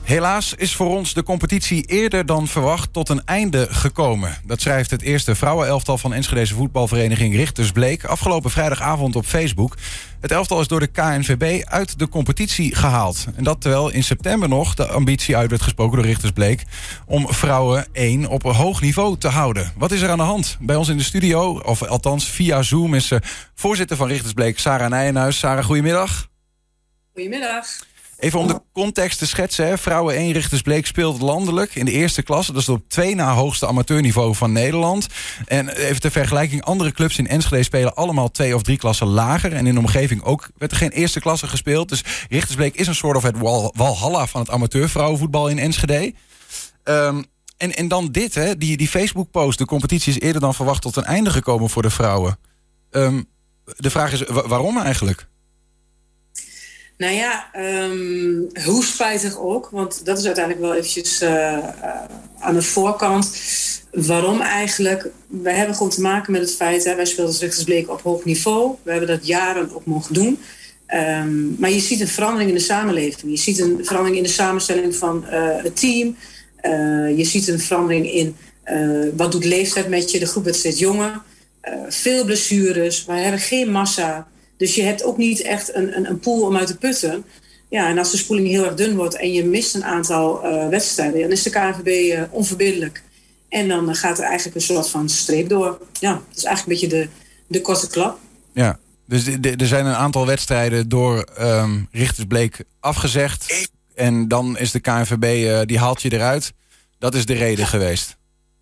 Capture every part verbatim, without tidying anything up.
Helaas is voor ons de competitie eerder dan verwacht tot een einde gekomen. Dat schrijft het eerste vrouwenelftal van Enschedese voetbalvereniging Richtersbleek afgelopen vrijdagavond op Facebook. Het elftal is door de K N V B uit de competitie gehaald. En dat terwijl in september nog de ambitie uit werd gesproken door Richtersbleek om vrouwen één op een hoog niveau te houden. Wat is er aan de hand? Bij ons in de studio, of althans via Zoom, is uh, voorzitter van Richtersbleek Sarah Nijenhuis. Sarah, goedemiddag. Goedemiddag. Even om de context te schetsen. Hè. Vrouwen één Richtersbleek speelt landelijk in de eerste klasse. Dat is op twee na hoogste amateurniveau van Nederland. En even ter vergelijking, andere clubs in Enschede spelen allemaal twee of drie klassen lager. En in de omgeving ook werd er geen eerste klasse gespeeld. Dus Richtersbleek is een soort of het wal- walhalla van het amateurvrouwenvoetbal in Enschede. Um, en, en dan dit, hè, die, die Facebook-post. De competitie is eerder dan verwacht tot een einde gekomen voor de vrouwen. Um, de vraag is, wa- waarom eigenlijk? Nou ja, um, hoe spijtig ook, want dat is uiteindelijk wel eventjes uh, uh, aan de voorkant. Waarom eigenlijk? Wij hebben gewoon te maken met het feit, hè, wij spelen als Richtersbleek op hoog niveau. We hebben dat jaren ook mogen doen. Um, maar je ziet een verandering in de samenleving. Je ziet een verandering in de samenstelling van uh, het team. Uh, je ziet een verandering in uh, wat doet leeftijd met je. De groep werd steeds jonger. Uh, veel blessures, we hebben geen massa. Dus je hebt ook niet echt een, een, een pool om uit te putten. Ja, en als de spoeling heel erg dun wordt en je mist een aantal uh, wedstrijden, dan is de K N V B uh, onverbiddelijk. En dan uh, gaat er eigenlijk een soort van streep door. Ja, dat is eigenlijk een beetje de, de korte klap. Ja, dus de, de, er zijn een aantal wedstrijden door um, Richtersbleek afgezegd. En dan is de K N V B, uh, die haalt je eruit. Dat is de reden ja. geweest.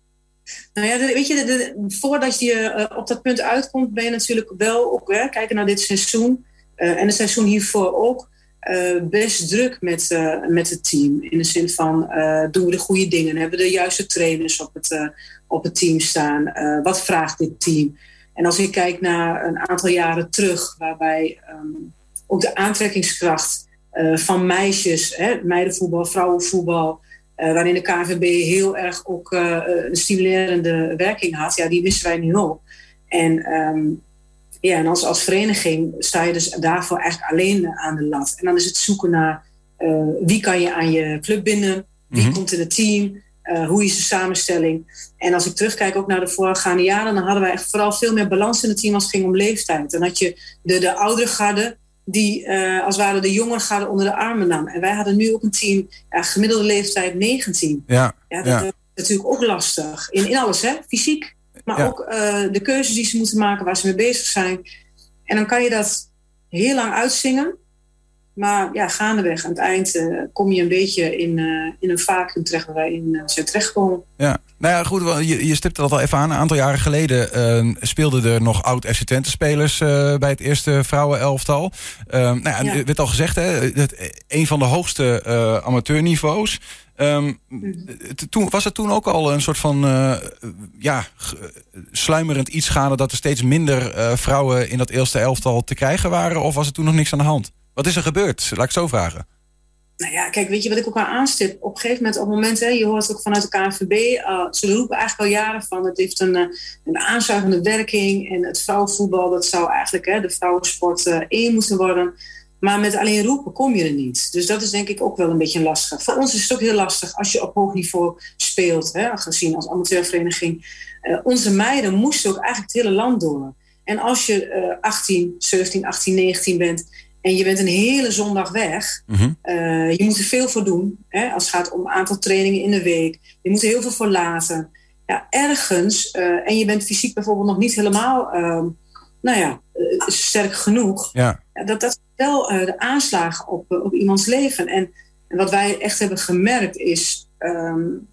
Nou ja, de, weet je, de, de, voordat je uh, op dat punt uitkomt, ben je natuurlijk wel ook hè, kijken naar dit seizoen. Uh, en het seizoen hiervoor ook uh, best druk met, uh, met het team. In de zin van, uh, doen we de goede dingen? Hebben we de juiste trainers op het, uh, op het team staan? Uh, wat vraagt dit team? En als ik kijk naar een aantal jaren terug, waarbij um, ook de aantrekkingskracht uh, van meisjes, hè, meidenvoetbal, vrouwenvoetbal, Uh, waarin de K N V B heel erg ook uh, een stimulerende werking had. Ja, die missen wij nu op. En, um, ja, en als, als vereniging sta je dus daarvoor eigenlijk alleen aan de lat. En dan is het zoeken naar uh, wie kan je aan je club binden, wie mm-hmm. komt in het team, uh, hoe is de samenstelling. En als ik terugkijk ook naar de voorgaande jaren, dan hadden wij echt vooral veel meer balans in het team als het ging om leeftijd. Dan had je de, de oudere garde, die uh, als het ware de jongeren gaan onder de armen nam. En wij hadden nu ook een team, ja, gemiddelde leeftijd negentien. Ja, ja, dat ja. is natuurlijk ook lastig. In, in alles, hè? Fysiek. Maar ja. ook uh, de keuzes die ze moeten maken, waar ze mee bezig zijn. En dan kan je dat heel lang uitzingen. Maar ja, gaandeweg aan het eind uh, kom je een beetje in, uh, in een vacuüm terecht waar wij in uh, zijn terechtgekomen. Ja, nou ja, goed, je, je stipte dat al even aan. Een aantal jaren geleden uh, speelden er nog oud F C Twente spelers uh, bij het eerste vrouwenelftal. Uh, nou ja, ja. Het werd al gezegd, hè, het, een van de hoogste uh, amateurniveaus. Um, mm-hmm. t- toen, was het toen ook al een soort van uh, ja, g- sluimerend iets gaande dat er steeds minder uh, vrouwen in dat eerste elftal te krijgen waren? Of was er toen nog niks aan de hand? Wat is er gebeurd? Laat ik zo vragen. Nou ja, kijk, weet je wat ik ook al aanstip? Op een gegeven moment, op het moment, hè, je hoort ook vanuit de K N V B, uh, ze roepen eigenlijk al jaren van, het heeft een, een aanzuigende werking en het vrouwenvoetbal, dat zou eigenlijk hè, de vrouwensport uh, één moeten worden. Maar met alleen roepen kom je er niet. Dus dat is denk ik ook wel een beetje lastig. Voor ons is het ook heel lastig als je op hoog niveau speelt, hè, gezien als amateurvereniging. Uh, onze meiden moesten ook eigenlijk het hele land door. En als je uh, achttien, zeventien, achttien, negentien bent en je bent een hele zondag weg. Mm-hmm. Uh, je moet er veel voor doen. Hè, als het gaat om een aantal trainingen in de week. Je moet er heel veel voor laten. Ja, ergens, uh, en je bent fysiek bijvoorbeeld nog niet helemaal uh, nou ja, uh, sterk genoeg. Ja. Ja, dat, dat is wel uh, de aanslag op, uh, op iemands leven. En, en wat wij echt hebben gemerkt is, Um,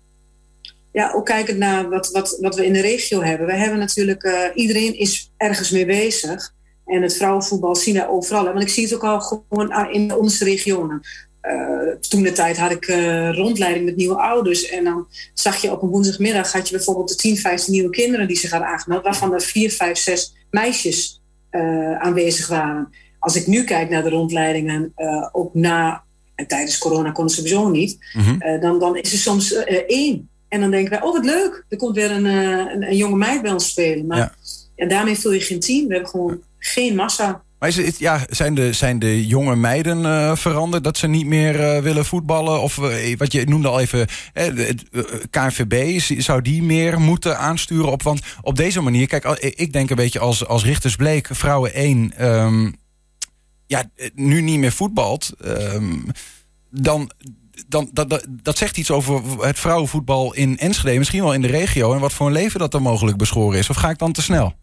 ja, ook kijkend naar wat, wat, wat we in de regio hebben. We hebben natuurlijk, uh, iedereen is ergens mee bezig. En het vrouwenvoetbal zien we overal. Want ik zie het ook al gewoon in de onderste regionen. Uh, toen de tijd had ik uh, rondleiding met nieuwe ouders. En dan zag je op een woensdagmiddag had je bijvoorbeeld de tien, vijftien nieuwe kinderen die zich hadden aangemeld. Waarvan er vier, vijf, zes meisjes uh, aanwezig waren. Als ik nu kijk naar de rondleidingen, uh, ook na en tijdens corona kon het sowieso niet. Mm-hmm. Uh, dan, dan is er soms uh, één. En dan denken wij, oh wat leuk, er komt weer een, uh, een, een jonge meid bij ons spelen. Maar ja. Ja, daarmee vul je geen team. We hebben gewoon geen massa. Maar is het, ja, zijn, de, zijn de jonge meiden uh, veranderd dat ze niet meer uh, willen voetballen? Of uh, wat je noemde al even, eh, het uh, K N V B, zou die meer moeten aansturen op? Want op deze manier, kijk, ik denk een beetje als, als Richtersbleek, vrouwen één, um, ja, nu niet meer voetbalt, um, dan... Dan, dat, dat, dat zegt iets over het vrouwenvoetbal in Enschede, misschien wel in de regio, en wat voor een leven dat er mogelijk beschoren is. Of ga ik dan te snel?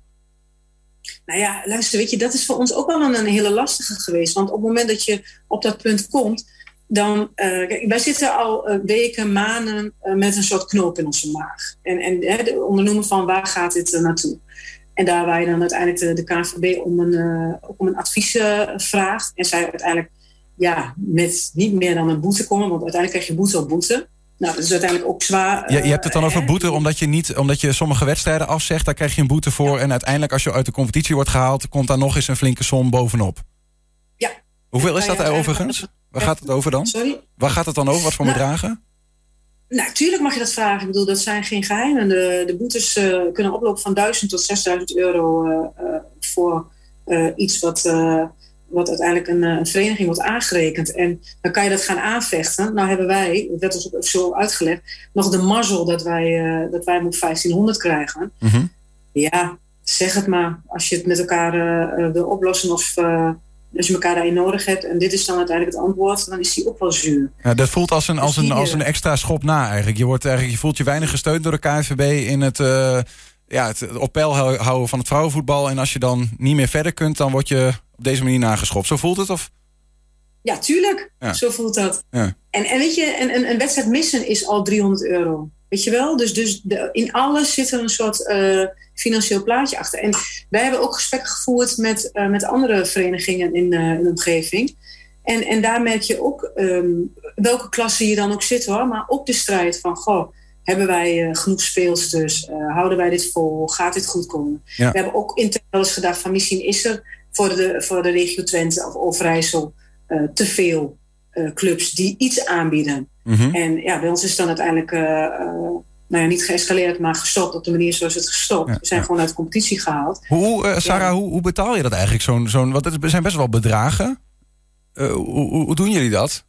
Nou ja, luister, weet je, dat is voor ons ook wel een, een hele lastige geweest. Want op het moment dat je op dat punt komt, dan... Uh, kijk, wij zitten al uh, weken, maanden uh, met een soort knoop in onze maag. En, en uh, de ondernoemen van waar gaat dit uh, naartoe? En daar waar je dan uiteindelijk de, de K N V B om een, uh, om een advies uh, vraagt. En zij uiteindelijk ja, met niet meer dan een boete komen. Want uiteindelijk krijg je boete op boete. Nou, dat is uiteindelijk ook zwaar. Je, je hebt het dan over boete omdat je, niet, omdat je sommige wedstrijden afzegt. Daar krijg je een boete voor. Ja. En uiteindelijk als je uit de competitie wordt gehaald, komt daar nog eens een flinke som bovenop. Ja. Hoeveel is dat ja, ja, overigens? Waar gaat het over dan? Sorry? Waar gaat het dan over? Wat voor nou, bedragen? Nou, tuurlijk mag je dat vragen. Ik bedoel, dat zijn geen geheimen. De, de boetes uh, kunnen oplopen van duizend tot zesduizend euro uh, uh, voor uh, iets wat... Uh, wat uiteindelijk een, een vereniging wordt aangerekend. En dan kan je dat gaan aanvechten. Nou hebben wij, dat werd ons ook zo uitgelegd, nog de mazzel dat wij, uh, dat wij moet vijftienhonderd krijgen. Mm-hmm. Ja, zeg het maar. Als je het met elkaar uh, wil oplossen of uh, als je elkaar daarin nodig hebt en dit is dan uiteindelijk het antwoord, dan is die ook wel zuur. Ja, dat voelt als een, als, een, als een extra schop na eigenlijk. Je, wordt eigenlijk. je voelt je weinig gesteund door de K N V B in het... Uh, ja, het op peil houden van het vrouwenvoetbal. En als je dan niet meer verder kunt, dan word je op deze manier nageschopt. Zo voelt het? Of? Ja, tuurlijk. Ja. Zo voelt dat. Ja. En, en weet je, een, een, een wedstrijd missen is al driehonderd euro. Weet je wel? Dus, dus de, in alles zit er een soort uh, financieel plaatje achter. En wij hebben ook gesprekken gevoerd met, uh, met andere verenigingen in, uh, in de omgeving. En, en daar merk je ook um, welke klasse je dan ook zit, hoor. Maar ook de strijd van, goh, hebben wij uh, genoeg speelsters? Uh, houden wij dit vol? Gaat dit goed komen? Ja. We hebben ook intern wel eens gedacht van misschien is er voor de, voor de regio Twente of Overijssel uh, te veel uh, clubs die iets aanbieden. Mm-hmm. En ja, bij ons is het dan uiteindelijk uh, uh, nou ja, niet geëscaleerd, maar gestopt op de manier zoals het gestopt. Ja, we zijn ja. gewoon uit de competitie gehaald. Hoe, uh, Sarah, ja. hoe, hoe betaal je dat eigenlijk? Zo'n, zo'n, want het zijn best wel bedragen. Uh, hoe, hoe, hoe doen jullie dat?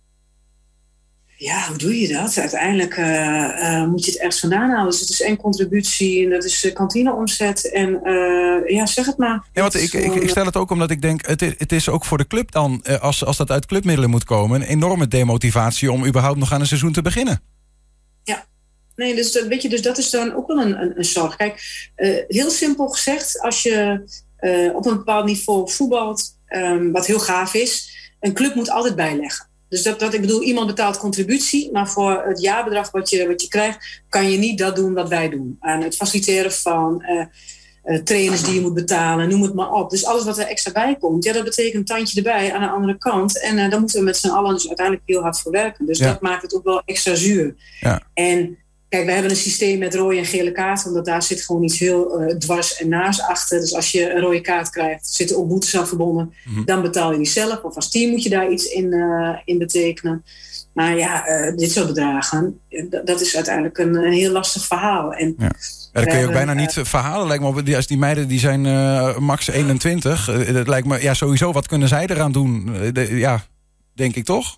Ja, hoe doe je dat? Uiteindelijk uh, uh, moet je het ergens vandaan halen. Dus het is één contributie en dat is uh, kantineomzet. En uh, ja, zeg het maar. Ja, want ik, ik, ik stel het ook omdat ik denk, het is, het is ook voor de club dan, uh, als, als dat uit clubmiddelen moet komen, een enorme demotivatie om überhaupt nog aan een seizoen te beginnen. Ja, nee, dus dat, weet je, dus dat is dan ook wel een, een, een zorg. Kijk, uh, heel simpel gezegd, als je uh, op een bepaald niveau voetbalt, um, wat heel gaaf is, een club moet altijd bijleggen. Dus dat, dat, ik bedoel, iemand betaalt contributie, maar voor het jaarbedrag wat je, wat je krijgt, kan je niet dat doen wat wij doen. Aan het faciliteren van uh, uh, trainers die je moet betalen, noem het maar op. Dus alles wat er extra bij komt, ja, dat betekent een tandje erbij aan de andere kant. En uh, daar moeten we met z'n allen dus uiteindelijk heel hard voor werken. Dus ja. dat maakt het ook wel extra zuur. Ja. En kijk, wij hebben een systeem met rode en gele kaarten, omdat daar zit gewoon iets heel uh, dwars en naast achter. Dus als je een rode kaart krijgt, zitten ook boetes aan verbonden. Mm-hmm. Dan betaal je die zelf. Of als team moet je daar iets in, uh, in betekenen. Maar ja, uh, dit soort bedragen, d- dat is uiteindelijk een, een heel lastig verhaal. En ja. Ja, dat kun je ook bijna uh, niet verhalen, lijkt me op. Die, als die meiden die zijn uh, max eenentwintig. Uh, dat lijkt me, ja, sowieso, wat kunnen zij eraan doen? Uh, de, ja, denk ik toch?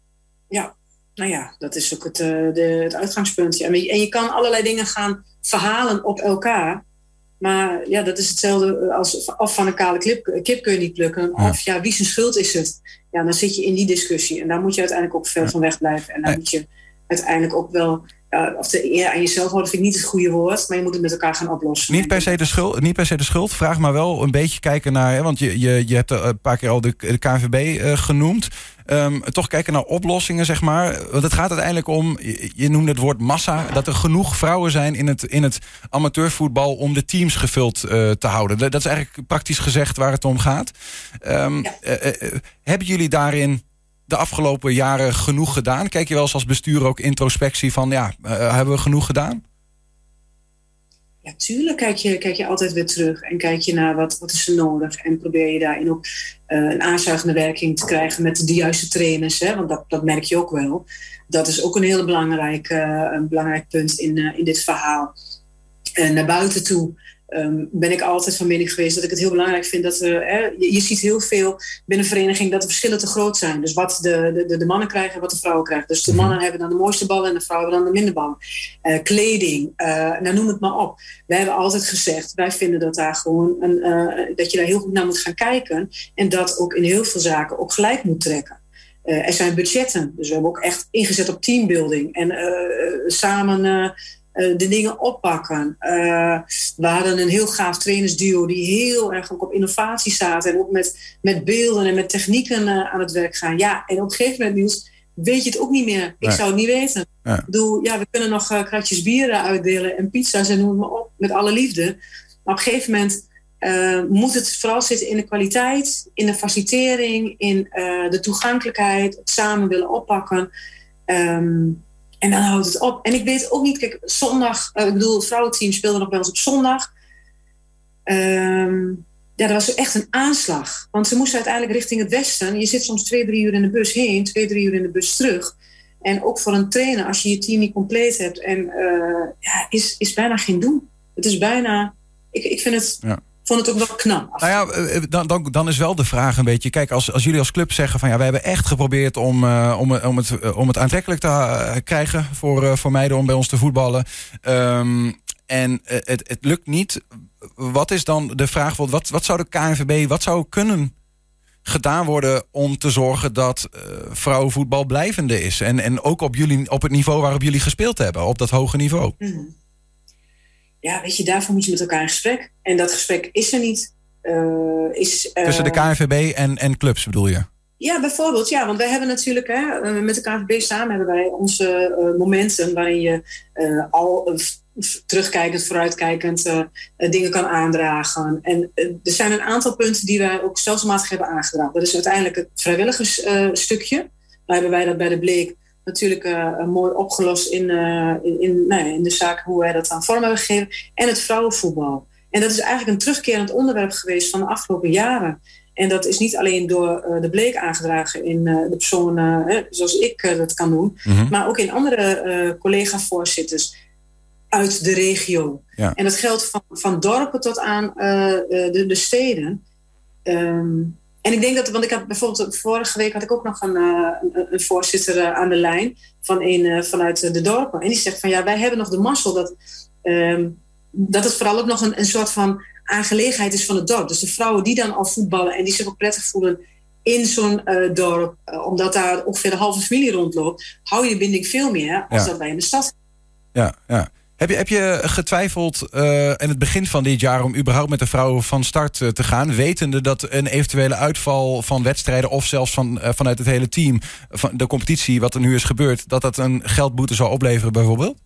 Ja. Nou ja, dat is ook het, uh, de, het uitgangspunt. Ja. En je kan allerlei dingen gaan verhalen op elkaar. Maar ja, dat is hetzelfde als of van een kale kip, kip kun je niet plukken. Ja. Of ja, wie zijn schuld is het? Ja, dan zit je in die discussie. En daar moet je uiteindelijk ook veel ja. van wegblijven. En dan ja. moet je uiteindelijk ook wel... Uh, of de eer aan jezelf houden vind ik niet het goede woord. Maar je moet het met elkaar gaan oplossen. Niet per se de schuld, niet per se de schuld. Vraag maar wel een beetje kijken naar... Hè, want je, je, je hebt een paar keer al de, de K N V B uh, genoemd. Um, toch kijken naar oplossingen, zeg maar. Want het gaat uiteindelijk om... Je, je noemde het woord massa. Dat er genoeg vrouwen zijn in het, in het amateurvoetbal... om de teams gevuld uh, te houden. Dat is eigenlijk praktisch gezegd waar het om gaat. Um, ja. uh, uh, hebben jullie daarin... de afgelopen jaren genoeg gedaan? Kijk je wel eens als bestuur ook introspectie van... ja, uh, hebben we genoeg gedaan? Ja, tuurlijk kijk je, kijk je altijd weer terug. En kijk je naar wat, wat is er nodig. En probeer je daarin ook uh, een aanzuigende werking te krijgen... met de juiste trainers. Hè? Want dat, dat merk je ook wel. Dat is ook een heel belangrijk, uh, een belangrijk punt in, uh, in dit verhaal. Uh, naar buiten toe Um, ben ik altijd van mening geweest dat ik het heel belangrijk vind dat er, hè, je, je ziet heel veel binnen vereniging dat de verschillen te groot zijn. Dus wat de, de, de mannen krijgen en wat de vrouwen krijgen. Dus de mannen hebben dan de mooiste ballen en de vrouwen dan de minder ballen. Uh, kleding, uh, nou noem het maar op. Wij hebben altijd gezegd, wij vinden dat daar gewoon een, uh, dat je daar heel goed naar moet gaan kijken en dat ook in heel veel zaken ook gelijk moet trekken. Uh, er zijn budgetten, dus we hebben ook echt ingezet op teambuilding en uh, samen uh, uh, de dingen oppakken. Uh, we hadden een heel gaaf trainersduo die heel erg ook op innovatie staat en ook met, met beelden en met technieken uh, aan het werk gaan. Ja, en op een gegeven moment, Niels, weet je het ook niet meer. Ik nee. zou het niet weten. Ja. Ik bedoel, ja, we kunnen nog uh, kratjes bieren uitdelen en pizza's en noem het maar op, met alle liefde. Maar op een gegeven moment Uh, moet het vooral zitten in de kwaliteit, in de facilitering, in uh, de toegankelijkheid, het samen willen oppakken. Um, en dan houdt het op. En ik weet ook niet, kijk, zondag, uh, ik bedoel, het vrouwenteam speelde nog bij ons op zondag. Um, ja, dat was echt een aanslag. Want ze moesten uiteindelijk richting het westen. Je zit soms twee, drie uur in de bus heen, twee, drie uur in de bus terug. En ook voor een trainer, als je je team niet compleet hebt, en uh, ja, is, is bijna geen doen. Het is bijna, ik, ik vind het... Ja. Vond het ook wel knap. Nou ja, dan, dan, dan is wel de vraag een beetje... Kijk, als, als jullie als club zeggen van ja, wij hebben echt geprobeerd om, uh, om, om, het, om het aantrekkelijk te uh, krijgen voor, uh, voor meiden om bij ons te voetballen. Um, en uh, het, het lukt niet. Wat is dan de vraag? Wat, wat zou de K N V B, wat zou kunnen gedaan worden om te zorgen dat uh, vrouwenvoetbal blijvende is? En, en ook op, jullie, op het niveau waarop jullie gespeeld hebben, op dat hoge niveau. Mm. Ja, weet je, daarvoor moet je met elkaar in gesprek. En dat gesprek is er niet. Uh, is, uh... Tussen de K N V B en, en clubs bedoel je? Ja, bijvoorbeeld. Ja, want wij hebben natuurlijk, hè, met de K N V B samen hebben wij onze uh, momenten waarin je uh, al uh, terugkijkend, vooruitkijkend uh, uh, dingen kan aandragen. En uh, er zijn een aantal punten die wij ook stelselmatig hebben aangedragen. Dat is uiteindelijk het vrijwilligersstukje. Uh, Daar hebben wij dat bij de Bleek natuurlijk uh, mooi opgelost in, uh, in, in, nou ja, in de zaak hoe wij dat aan vorm hebben gegeven. En het vrouwenvoetbal. En dat is eigenlijk een terugkerend onderwerp geweest van de afgelopen jaren. En dat is niet alleen door uh, de Bleek aangedragen in uh, de persoon uh, zoals ik uh, dat kan doen. Mm-hmm. Maar ook in andere uh, collega-voorzitters uit de regio. Ja. En dat geldt van, van dorpen tot aan uh, de, de steden. Um, En ik denk dat, want ik had bijvoorbeeld vorige week had ik ook nog een, een, een voorzitter aan de lijn van een, vanuit de dorpen. En die zegt van ja, wij hebben nog de mazzel dat, um, dat het vooral ook nog een, een soort van aangelegenheid is van het dorp. Dus de vrouwen die dan al voetballen en die zich ook prettig voelen in zo'n uh, dorp, uh, omdat daar ongeveer de halve familie rondloopt, hou je de binding veel meer als ja. dat wij in de stad. Ja, ja. Heb je, heb je getwijfeld uh, in het begin van dit jaar om überhaupt met de vrouwen van start uh, te gaan, wetende dat een eventuele uitval van wedstrijden of zelfs van, uh, vanuit het hele team, van de competitie, wat er nu is gebeurd, dat dat een geldboete zou opleveren bijvoorbeeld?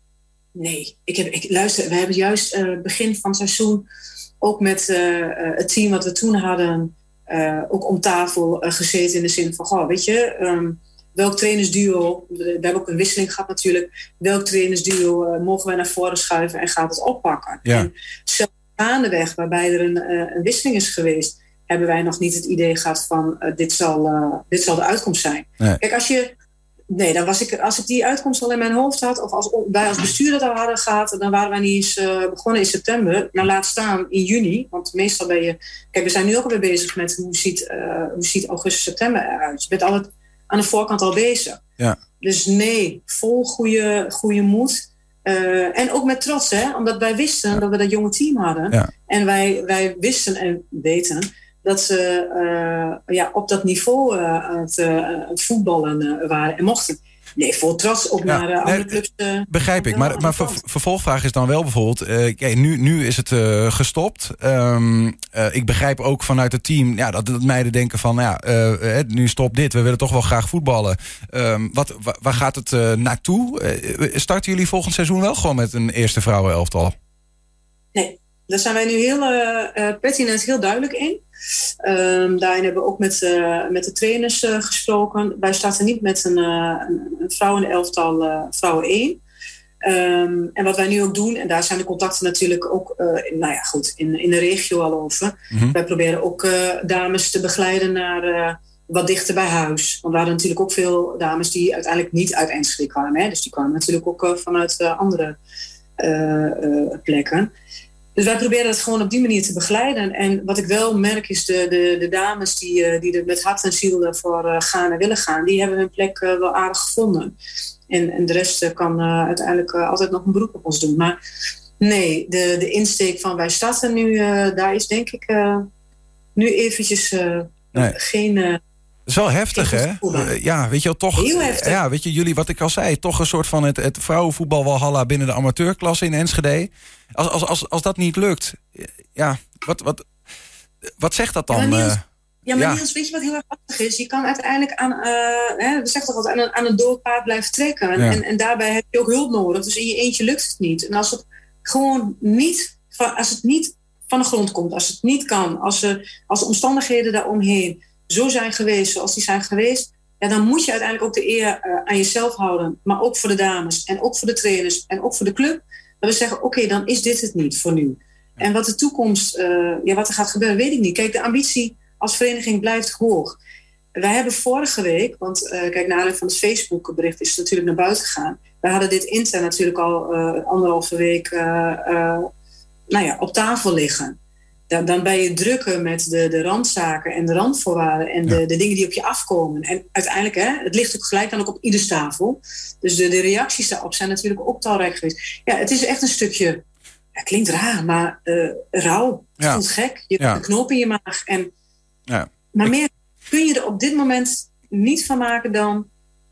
Nee, ik heb, ik, luister, we hebben juist uh, begin van het seizoen ook met uh, uh, het team wat we toen hadden, uh, ook om tafel uh, gezeten in de zin van, goh, weet je, um, welk trainersduo, we hebben ook een wisseling gehad natuurlijk, welk trainersduo uh, mogen wij naar voren schuiven en gaat het oppakken? Ja. En zelfs gaandeweg, waarbij er een, uh, een wisseling is geweest, hebben wij nog niet het idee gehad van uh, dit, zal, uh, dit zal de uitkomst zijn. Nee. Kijk, als je Nee, dan was ik, als ik die uitkomst al in mijn hoofd had, of als wij als bestuur dat al hadden gehad, dan waren wij niet eens uh, begonnen in september. Nou, laat staan in juni, want meestal ben je... Kijk, we zijn nu ook alweer bezig met hoe ziet, uh, hoe ziet augustus, september eruit. Je bent al het, aan de voorkant al bezig. Ja. Dus nee, vol goede, goede moed. Uh, en ook met trots, hè, omdat wij wisten ja. dat we dat jonge team hadden. Ja. En wij, wij wisten en weten dat ze uh, ja, op dat niveau uh, aan het, uh, het voetballen uh, waren en mochten. Nee, vol trots ook ja, naar uh, andere nee, clubs. Uh, begrijp ik, maar, maar ver, vervolgvraag is dan wel bijvoorbeeld... Uh, kijk, nu, nu is het uh, gestopt. Um, uh, ik begrijp ook vanuit het team ja, dat, dat meiden denken van... ja, uh, uh, nu stopt dit, we willen toch wel graag voetballen. Um, wat, wa, waar gaat het uh, naartoe? Uh, starten jullie volgend seizoen wel gewoon met een eerste vrouwenelftal? Nee. Daar zijn wij nu heel uh, pertinent heel duidelijk in. Um, daarin hebben we ook met, uh, met de trainers uh, gesproken. Wij starten niet met een, uh, een vrouwenelftal, uh, vrouwen één. Um, en wat wij nu ook doen, en daar zijn de contacten natuurlijk ook uh, in, nou ja, goed, in, in de regio al over. Mm-hmm. Wij proberen ook uh, dames te begeleiden naar uh, wat dichter bij huis. Want we hadden natuurlijk ook veel dames die uiteindelijk niet uit Enschede kwamen. Hè? Dus die kwamen natuurlijk ook uh, vanuit uh, andere uh, uh, plekken. Dus wij proberen het gewoon op die manier te begeleiden. En wat ik wel merk is de, de, de dames die, die er met hart en ziel voor gaan en willen gaan, die hebben hun plek wel aardig gevonden. En, en de rest kan uh, uiteindelijk uh, altijd nog een beroep op ons doen. Maar nee, de, de insteek van wij starten nu, uh, daar is denk ik uh, nu eventjes uh, nee. geen... Uh, Dat is wel heftig, hè? Uh, ja, weet je wel, toch... Heel heftig. Ja, weet je, jullie, wat ik al zei, toch een soort van het, het vrouwenvoetbal Walhalla binnen de amateurklasse in Enschede. Als, als, als, als dat niet lukt, ja, wat, wat, wat zegt dat dan? Ja, maar Niels, uh, ja, maar ja. Niels, weet je wat heel erg lastig is? Je kan uiteindelijk aan, uh, hè, we zeggen toch altijd, aan een, aan een dood paard blijven trekken. Ja. En, en daarbij heb je ook hulp nodig. Dus in je eentje lukt het niet. En als het gewoon niet, als het niet van de grond komt, als het niet kan, als, er, als de omstandigheden daaromheen zo zijn geweest zoals die zijn geweest, ja, dan moet je uiteindelijk ook de eer uh, aan jezelf houden. Maar ook voor de dames en ook voor de trainers en ook voor de club. Dat we zeggen, oké, okay, dan is dit het niet voor nu. Ja. En wat de toekomst, uh, ja, wat er gaat gebeuren, weet ik niet. Kijk, de ambitie als vereniging blijft hoog. Wij hebben vorige week, want uh, kijk, naar aanleiding van het Facebook-bericht is het natuurlijk naar buiten gegaan. We hadden dit intern natuurlijk al uh, anderhalve week uh, uh, nou ja, op tafel liggen. Dan, dan ben je drukken met de, de randzaken en de randvoorwaarden en de, ja. de dingen die op je afkomen. En uiteindelijk, hè, het ligt ook gelijk dan ook op ieders tafel. Dus de, de reacties daarop zijn natuurlijk ook talrijk geweest. Ja, het is echt een stukje, het klinkt raar, maar uh, rouw. Het ja. voelt gek. Je hebt ja. een knoop in je maag. En, ja. Maar meer kun je er op dit moment niet van maken dan,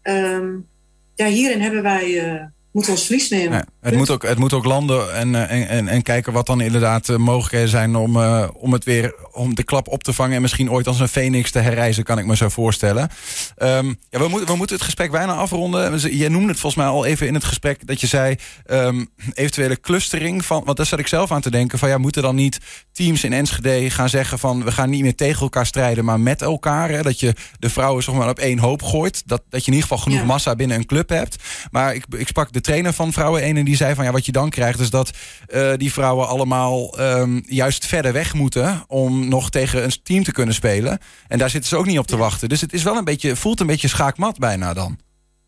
um, ja, hierin hebben wij... Uh, moeten ons verlies nemen. Ja, het, moet ook, het moet ook landen en, en, en, en kijken wat dan inderdaad uh, mogelijkheden zijn om, uh, om het weer om de klap op te vangen en misschien ooit als een phoenix te herrijzen, kan ik me zo voorstellen. Um, ja, we, moeten, we moeten het gesprek bijna afronden. Je noemde het volgens mij al even in het gesprek dat je zei um, eventuele clustering van, want daar zat ik zelf aan te denken van ja, moeten dan niet teams in Enschede gaan zeggen van we gaan niet meer tegen elkaar strijden, maar met elkaar. Hè, dat je de vrouwen zeg maar op één hoop gooit. Dat, dat je in ieder geval genoeg ja. massa binnen een club hebt. Maar ik, ik sprak de trainer van Vrouwen één en die zei van ja, wat je dan krijgt is dat uh, die vrouwen allemaal um, juist verder weg moeten om nog tegen een team te kunnen spelen. En daar zitten ze ook niet op te ja. wachten. Dus het is wel een beetje, voelt een beetje schaakmat bijna dan.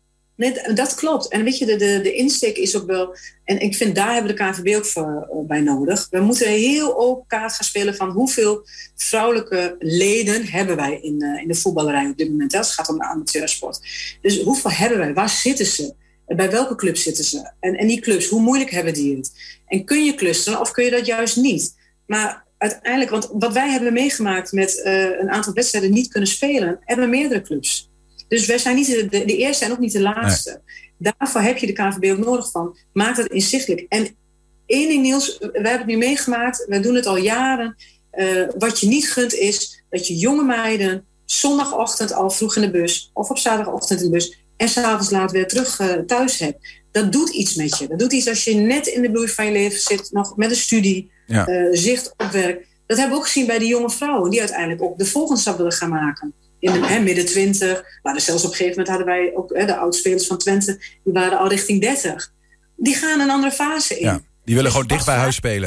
Nee, dat klopt. En weet je, de, de, de insteek is ook wel... En ik vind, daar hebben we de K N V B ook voor, uh, bij nodig. We moeten heel open kaart gaan spelen van hoeveel vrouwelijke leden hebben wij in, uh, in de voetballerij op dit moment. Als het gaat om de amateursport. Dus hoeveel hebben wij? Waar zitten ze? Bij welke club zitten ze? En, en die clubs, hoe moeilijk hebben die het? En kun je clusteren of kun je dat juist niet? Maar uiteindelijk, want wat wij hebben meegemaakt met uh, een aantal wedstrijden niet kunnen spelen, hebben meerdere clubs. Dus wij zijn niet de, de, de eerste en ook niet de laatste. Nee. Daarvoor heb je de K N V B ook nodig van. Maak dat inzichtelijk. En één ding, Niels, we hebben het nu meegemaakt. We doen het al jaren. Uh, wat je niet gunt is dat je jonge meiden zondagochtend al vroeg in de bus of op zaterdagochtend in de bus en s'avonds laat weer terug uh, thuis hebt. Dat doet iets met je. Dat doet iets als je net in de bloei van je leven zit, nog met een studie, ja. uh, zicht op werk. Dat hebben we ook gezien bij die jonge vrouwen die uiteindelijk ook de volgende stap willen gaan maken. In de hè, midden twintig, maar dus zelfs op een gegeven moment hadden wij ook hè, de oudspelers van Twente, die waren al richting dertig. Die gaan een andere fase in. Ja, die willen dus gewoon dicht bij huis spelen.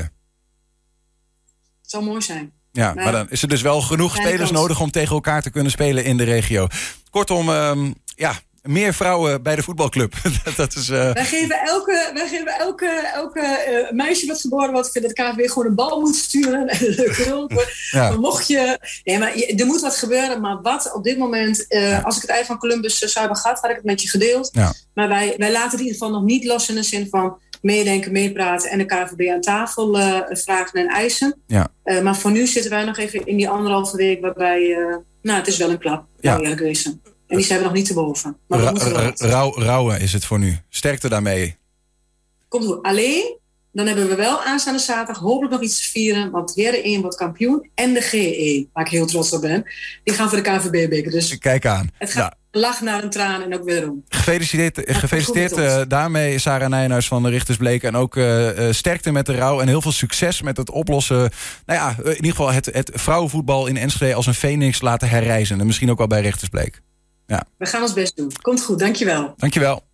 Het zou mooi zijn. Ja, maar, maar dan is er dus wel genoeg spelers kans. nodig om tegen elkaar te kunnen spelen in de regio. Kortom, um, ja, meer vrouwen bij de voetbalclub. dat is, uh... Wij geven elke, wij geven elke, elke uh, meisje wat geboren wordt, vindt dat de K N V B gewoon een bal moet sturen. En een leuke hulp. Ja. Maar mocht je... Nee, maar je, er moet wat gebeuren. Maar wat op dit moment... Uh, ja. Als ik het ei van Columbus uh, zou hebben gehad, had ik het met je gedeeld. Ja. Maar wij, wij laten het in ieder geval nog niet los in de zin van meedenken, meepraten en de K N V B aan tafel uh, vragen en eisen. Ja. Uh, maar voor nu zitten wij nog even in die anderhalve week waarbij... Uh, nou, het is wel een klap. Ja. Nou, ja, en die zijn we nog niet te boven. Maar we Ra- ra- rauw, rauwe is het voor nu. Sterkte daarmee. Komt goed. Alleen, dan hebben we wel aanstaande zaterdag hopelijk nog iets te vieren. Want Heren één wordt kampioen. En de G één, waar ik heel trots op ben. Die gaan voor de K N V B-beker. Dus kijk aan. Het gaat ja. een lach naar een traan en ook weer om. Gefeliciteerd, gefeliciteerd uh, daarmee Sarah Nijhuis van de Richters Bleken. En ook uh, uh, sterkte met de rouw. En heel veel succes met het oplossen. Nou ja, in ieder geval het, het vrouwenvoetbal in Enschede als een phoenix laten herrijzen. En misschien ook wel bij Richters Bleek. Ja. We gaan ons best doen. Komt goed, dankjewel. Dankjewel.